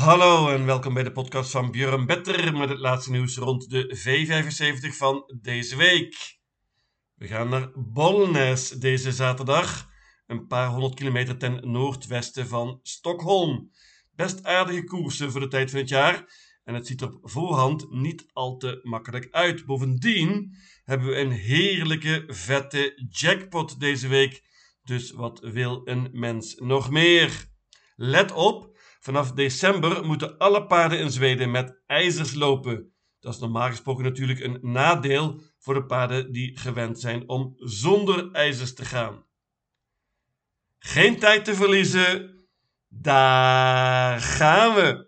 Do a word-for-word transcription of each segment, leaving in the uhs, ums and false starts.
Hallo en welkom bij de podcast van Björn Better met het laatste nieuws rond de V vijfenzeventig van deze week. We gaan naar Bollnäs deze zaterdag, een paar honderd kilometer ten noordwesten van Stockholm. Best aardige koersen voor de tijd van het jaar en het ziet er op voorhand niet al te makkelijk uit. Bovendien hebben we een heerlijke vette jackpot deze week, dus wat wil een mens nog meer? Let op! Vanaf december moeten alle paarden in Zweden met ijzers lopen. Dat is normaal gesproken natuurlijk een nadeel voor de paarden die gewend zijn om zonder ijzers te gaan. Geen tijd te verliezen. Daar gaan we.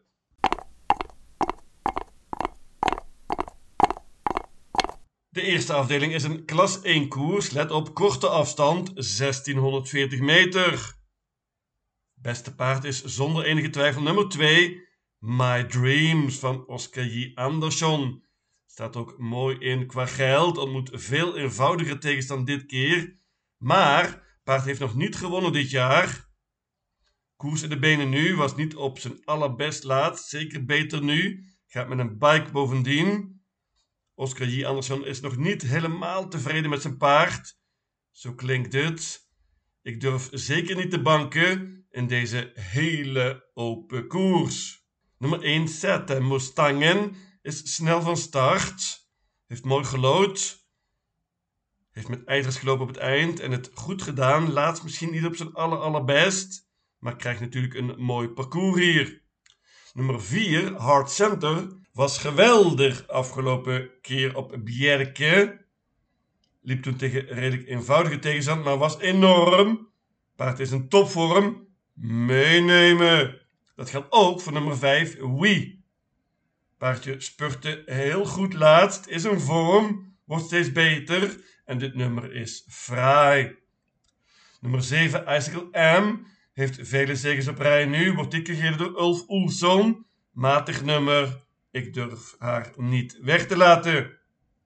De eerste afdeling is een klas één koers. Let op, korte afstand, zestienhonderdveertig meter. Beste paard is zonder enige twijfel nummer twee, My Dreams van Oscar J. Andersson. Staat ook mooi in qua geld, ontmoet veel eenvoudiger tegenstand dit keer. Maar paard heeft nog niet gewonnen dit jaar. Koers in de benen nu, was niet op zijn allerbest laatst, zeker beter nu. Gaat met een bike bovendien. Oscar J. Andersson is nog niet helemaal tevreden met zijn paard. Zo klinkt het. Ik durf zeker niet te banken in deze hele open koers. Nummer één, Zette Mustangen, is snel van start. Heeft mooi gelood. Heeft met ijzers gelopen op het eind en het goed gedaan. Laatst misschien niet op zijn aller allerbest, maar krijgt natuurlijk een mooi parcours hier. Nummer vier, Hard Center, was geweldig afgelopen keer op Bjerke. Liep toen tegen redelijk eenvoudige tegenstand, maar was enorm. Paard is in topvorm. Meenemen. Dat geldt ook voor nummer vijf, Wie. Paardje spurte heel goed laatst, is in vorm, wordt steeds beter en dit nummer is fraai. Nummer zeven, Icicle M, heeft vele zegens op rij nu, wordt dit keer gereden door Ulf Olsson. Matig nummer, ik durf haar niet weg te laten.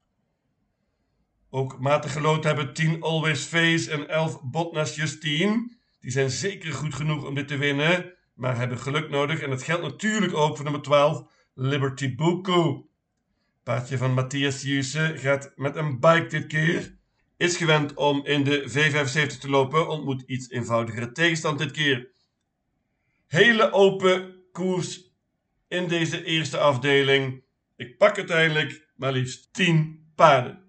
Ook matig gelood hebben tien Always Face en elf Botnas Justine. Die zijn zeker goed genoeg om dit te winnen, maar hebben geluk nodig. En dat geldt natuurlijk ook voor nummer twaalf, Liberty Buku. Paardje van Matthias Jusse gaat met een bike dit keer. Is gewend om in de V vijfenzeventig te lopen, ontmoet iets eenvoudigere tegenstand dit keer. Hele open koers in deze eerste afdeling. Ik pak uiteindelijk maar liefst tien paarden.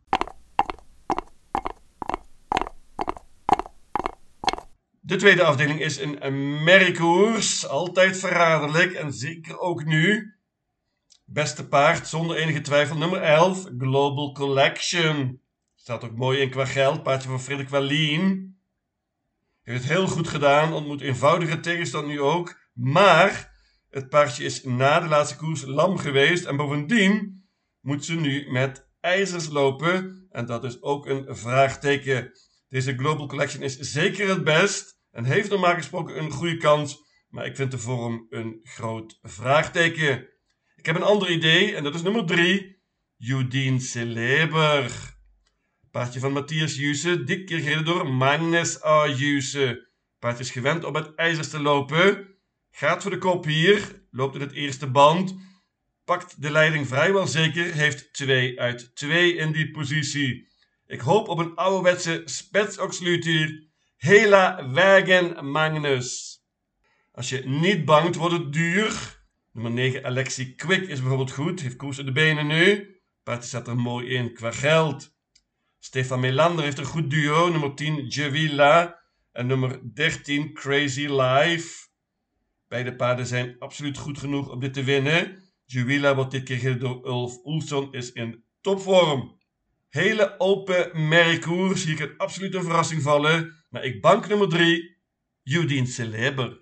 De tweede afdeling is een merriekoers, altijd verraderlijk en zeker ook nu. Beste paard, zonder enige twijfel, nummer elf, Global Collection. Staat ook mooi in qua geld, paardje van Frederik Wallin. Heeft het heel goed gedaan, ontmoet eenvoudige tegenstand nu ook. Maar het paardje is na de laatste koers lam geweest en bovendien moet ze nu met ijzers lopen. En dat is ook een vraagteken. Deze Global Collection is zeker het best. En heeft normaal gesproken een goede kans, maar ik vind de vorm een groot vraagteken. Ik heb een ander idee en dat is nummer drie, Judin Celeber. Paardje van Matthias Jusse, dit keer gereden door Magnus A. Jusse. Paardje is gewend om met ijzers te lopen. Gaat voor de kop hier, loopt in het eerste band. Pakt de leiding vrijwel zeker, heeft twee uit twee in die positie. Ik hoop op een ouderwetse spetsoksluut hier. Hela Wagen Magnus. Als je niet bangt, wordt het duur. Nummer negen, Alexi Quick is bijvoorbeeld goed. Heeft koers in de benen nu. Paardje staat er mooi in qua geld. Stefan Melander heeft een goed duo. Nummer tien, Javila. En nummer dertien, Crazy Life. Beide paarden zijn absoluut goed genoeg om dit te winnen. Javila wordt dit keer gereden door Ulf Olsson, is in topvorm. Hele open merriekoers. Hier kan absoluut een verrassing vallen. Maar ik bank nummer drie, Judin Celeber.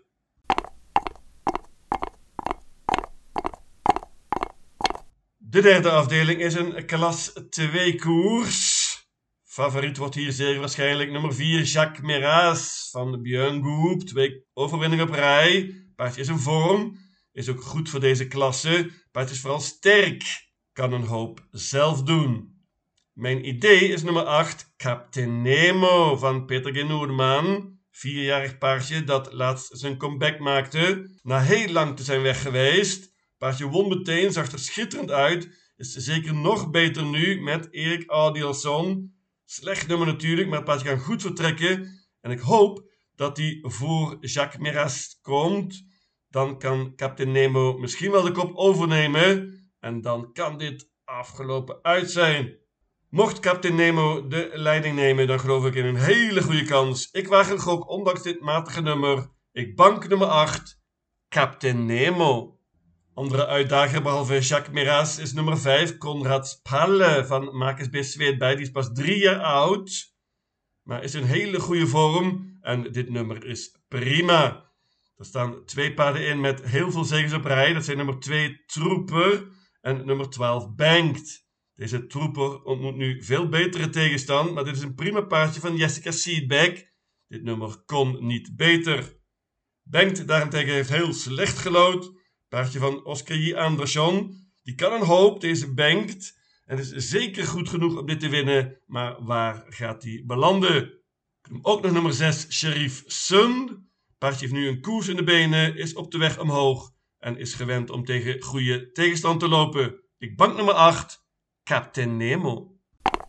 De derde afdeling is een klas twee koers. Favoriet wordt hier zeer waarschijnlijk nummer vier, Jacques Meras van Björn Goop. Twee overwinningen op rij. Paardje is in vorm. Is ook goed voor deze klasse. Paardje is vooral sterk. Kan een hoop zelf doen. Mijn idee is nummer acht, Captain Nemo van Peter G. Noordeman. Vierjarig paardje dat laatst zijn comeback maakte. Na heel lang te zijn weg geweest. Paardje won meteen, zag er schitterend uit. Is zeker nog beter nu met Erik Adielsson. Slecht nummer natuurlijk, maar het paardje kan goed vertrekken. En ik hoop dat hij voor Jacques Miras komt. Dan kan Captain Nemo misschien wel de kop overnemen. En dan kan dit afgelopen uit zijn. Mocht Captain Nemo de leiding nemen, dan geloof ik in een hele goede kans. Ik waag een gok, ondanks dit matige nummer. Ik bank nummer acht, Captain Nemo. Andere uitdager behalve Jacques Miras is nummer vijf, Konrad Spalle van Makers B. Zweedbij. Die is pas drie jaar oud, maar is in hele goede vorm. En dit nummer is prima. Er staan twee paarden in met heel veel zegens op rij. Dat zijn nummer twee, Trooper en nummer twaalf, Banked. Deze Trooper ontmoet nu veel betere tegenstand, maar dit is een prima paardje van Jessica Seedback. Dit nummer kon niet beter. Banked daarentegen heeft heel slecht gelood. Paardje van Oscar J. Andersson. Die kan een hoop, deze Banked. En is zeker goed genoeg om dit te winnen, maar waar gaat hij belanden? Ik noem ook nog nummer zes, Sheriff Sun. Paardje heeft nu een koers in de benen, is op de weg omhoog en is gewend om tegen goede tegenstand te lopen. Ik bank nummer acht, Captain Nemo.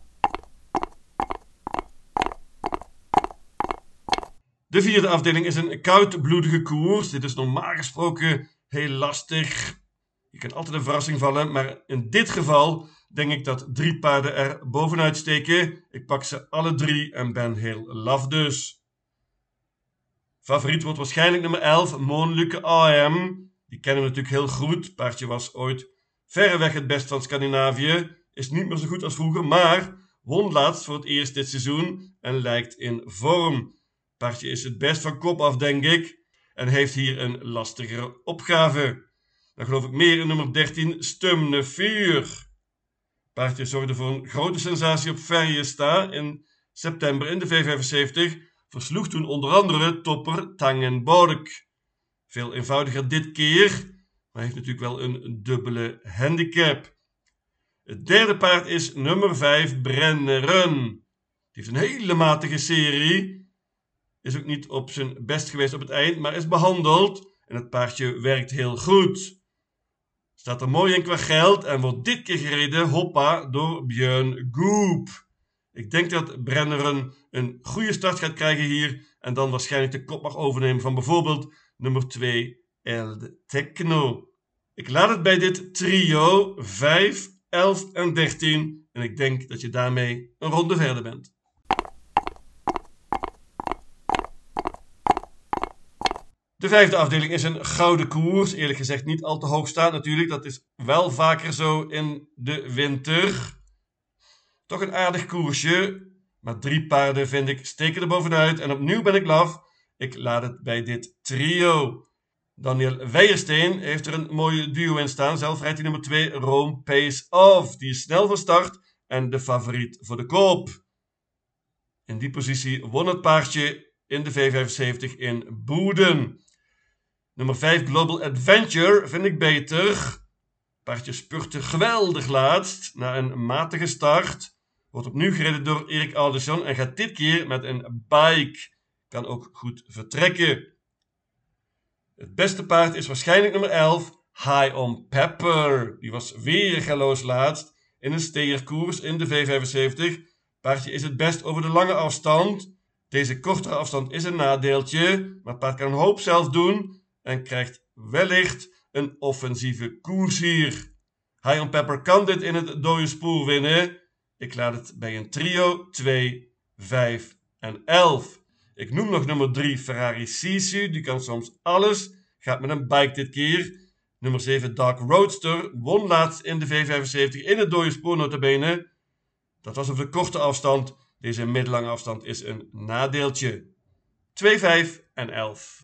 De vierde afdeling is een koudbloedige koers. Dit is normaal gesproken heel lastig. Je kan altijd een verrassing vallen, maar in dit geval denk ik dat drie paarden er bovenuit steken. Ik pak ze alle drie en ben heel laf dus. Favoriet wordt waarschijnlijk nummer elf, Moonluke A M. Die kennen we natuurlijk heel goed. Paardje was ooit verreweg het best van Scandinavië. Is niet meer zo goed als vroeger, maar won laatst voor het eerst dit seizoen en lijkt in vorm. Paardje is het best van kop af, denk ik. En heeft hier een lastigere opgave. Dan geloof ik meer in nummer dertien, Stumne Vuur. Paardje zorgde voor een grote sensatie op Färjestad in september in de V vijfenzeventig. Versloeg toen onder andere topper Tangenborg. Veel eenvoudiger dit keer, maar heeft natuurlijk wel een dubbele handicap. Het derde paard is nummer vijf, Brenneren. Die heeft een hele matige serie. Is ook niet op zijn best geweest op het eind, maar is behandeld. En het paardje werkt heel goed. Staat er mooi in qua geld en wordt dit keer gereden, hoppa, door Björn Goop. Ik denk dat Brenneren een goede start gaat krijgen hier. En dan waarschijnlijk de kop mag overnemen van bijvoorbeeld nummer twee, Eld Techno. Ik laat het bij dit trio vijf, elf en dertien. En ik denk dat je daarmee een ronde verder bent. De vijfde afdeling is een gouden koers. Eerlijk gezegd niet al te hoog staan natuurlijk. Dat is wel vaker zo in de winter. Toch een aardig koersje. Maar drie paarden vind ik steken er bovenuit. En opnieuw ben ik laf. Ik laat het bij dit trio. Daniel Weijersteen heeft er een mooie duo in staan. Zelf rijdt hij nummer twee, Rome Pace Off. Die is snel van start en de favoriet voor de koop. In die positie won het paardje in de V vijfenzeventig in Boeden. Nummer vijf, Global Adventure, vind ik beter. Paardje spurte geweldig laatst, na een matige start. Wordt opnieuw gereden door Erik Alderson en gaat dit keer met een bike. Kan ook goed vertrekken. Het beste paard is waarschijnlijk nummer elf, High on Pepper. Die was weer galoos laatst in een steerkoers in de V vijfenzeventig. Paardje is het best over de lange afstand. Deze kortere afstand is een nadeeltje, maar het paard kan een hoop zelf doen en krijgt wellicht een offensieve koers hier. High on Pepper kan dit in het dode spoor winnen. Ik laat het bij een trio twee, vijf en elf. Ik noem nog nummer drie, Ferrari Sisu. Die kan soms alles. Gaat met een bike dit keer. Nummer zeven, Dark Roadster. Won laatst in de V vijfenzeventig in het dode spoor notabene. Dat was op de korte afstand. Deze middellange afstand is een nadeeltje. twee, vijf en elf.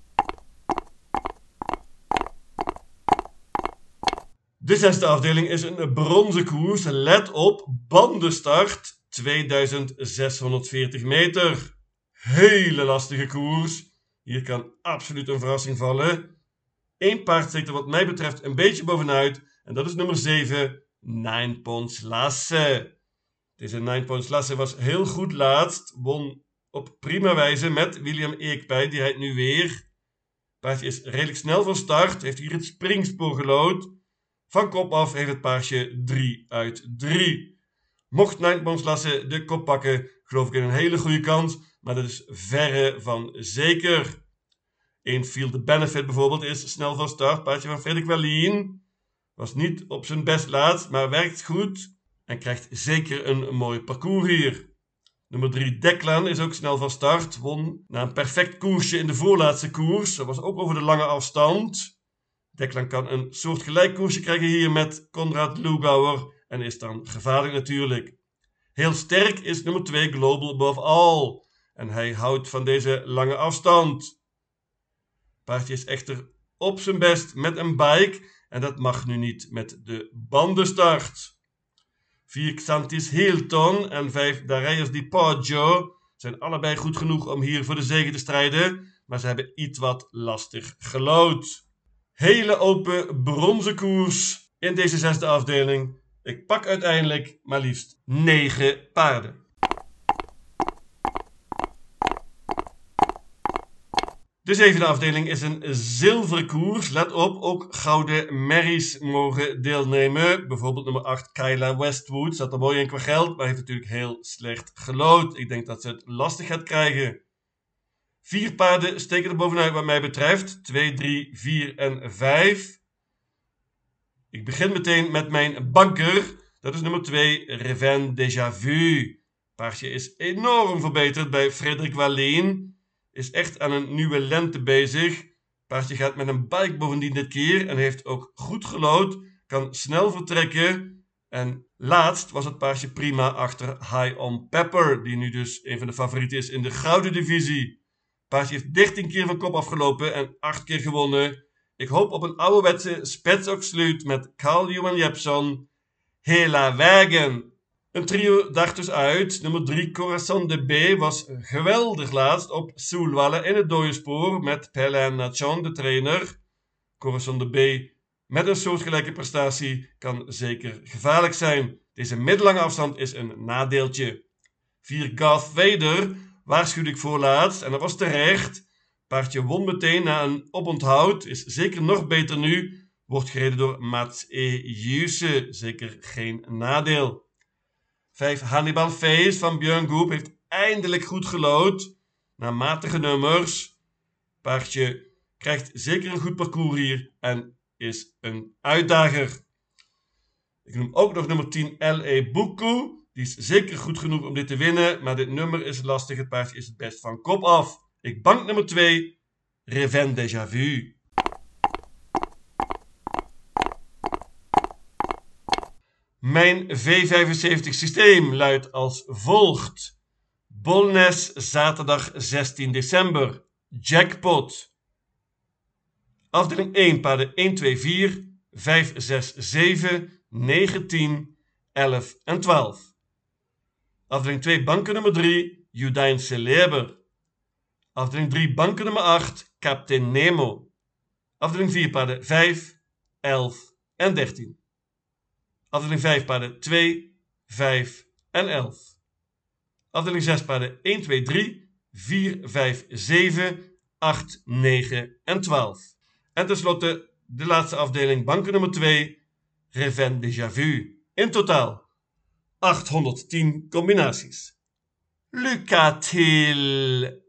De zesde afdeling is een bronzen koers. Let op, bandenstart tweeduizend zeshonderdveertig meter. Hele lastige koers. Hier kan absoluut een verrassing vallen. Eén paard steekt er wat mij betreft een beetje bovenuit. En dat is nummer zeven, Nine Points Lasse. Deze Nine Points Lasse was heel goed laatst. Won op prima wijze met William Eekpij. Die rijdt nu weer. Paardje is redelijk snel van start. Heeft hier het springspoor gelood. Van kop af heeft het paardje drie uit drie. Mocht Nightbones Lasse de kop pakken, geloof ik in een hele goede kans. Maar dat is verre van zeker. Een Feel the Benefit bijvoorbeeld is snel van start. Paardje van Frederik Wallien. Was niet op zijn best laatst, maar werkt goed. En krijgt zeker een mooi parcours hier. Nummer drie Declan is ook snel van start. Won na een perfect koersje in de voorlaatste koers. Dat was ook over de lange afstand. Declan kan een soortgelijk koersje krijgen hier met Konrad Lugauer. En is dan gevaarlijk natuurlijk. Heel sterk is nummer twee Global Above All. En hij houdt van deze lange afstand. Paardje is echter op zijn best met een bike. En dat mag nu niet met de bandenstart. vier Xantis Hilton en vijf Darayos Di Poggio zijn allebei goed genoeg om hier voor de zege te strijden. Maar ze hebben iets wat lastig gelood. Hele open bronzen koers in deze zesde afdeling. Ik pak uiteindelijk maar liefst negen paarden. De zevende afdeling is een zilveren koers. Let op, ook gouden merries mogen deelnemen. Bijvoorbeeld nummer acht Kyla Westwood. Zat er mooi in qua geld, maar heeft natuurlijk heel slecht gelood. Ik denk dat ze het lastig gaat krijgen. Vier paarden steken er bovenuit wat mij betreft. twee, drie, vier en vijf. Ik begin meteen met mijn banker. Dat is nummer twee Reven Déjà Vu. Paardje is enorm verbeterd bij Frederik Wallien. Is echt aan een nieuwe lente bezig. Paardje gaat met een bike bovendien dit keer en heeft ook goed gelood. Kan snel vertrekken. En laatst was het paardje prima achter High on Pepper. Die nu dus een van de favorieten is in de gouden divisie. Paardje heeft dertien keer van kop afgelopen en acht keer gewonnen. Ik hoop op een ouderwetse spetsoksluit met Carl Johan Jepson. Hela Wagen. Een trio dacht dus uit. Nummer drie Corazon de B was geweldig laatst op Soelwalle in het dode spoor met Pelin Nachon, de trainer. Corazon de B met een soortgelijke prestatie kan zeker gevaarlijk zijn. Deze middellange afstand is een nadeeltje. vier Garth Vader waarschuwde ik voor laatst en dat was terecht. Paardje won meteen na een oponthoud, is zeker nog beter nu. Wordt gereden door Mats E. Juse, zeker geen nadeel. vijf Hannibal Face van Björn Goop heeft eindelijk goed gelood. Na matige nummers. Paardje krijgt zeker een goed parcours hier en is een uitdager. Ik noem ook nog nummer tien L A Buku. Die is zeker goed genoeg om dit te winnen, maar dit nummer is lastig. Het paardje is het best van kop af. Ik bank nummer twee Reven Déjà Vu. Mijn V vijfenzeventig systeem luidt als volgt. Bolnes zaterdag zestien december. Jackpot. Afdeling één paarden een, twee, vier, vijf, zes, zeven, negen, tien, elf en twaalf. Afdeling twee banken nummer drie. Judain Celeber. Afdeling drie banken nummer acht. Captain Nemo. Afdeling vier paarden vijf, elf en dertien. Afdeling vijf paarden twee, vijf en elf. Afdeling zes paarden een, twee, drie, vier, vijf, zeven, acht, negen en twaalf. En tenslotte de laatste afdeling banken nummer twee, Reven Déjà Vu. In totaal achthonderdtien combinaties. Lucatil.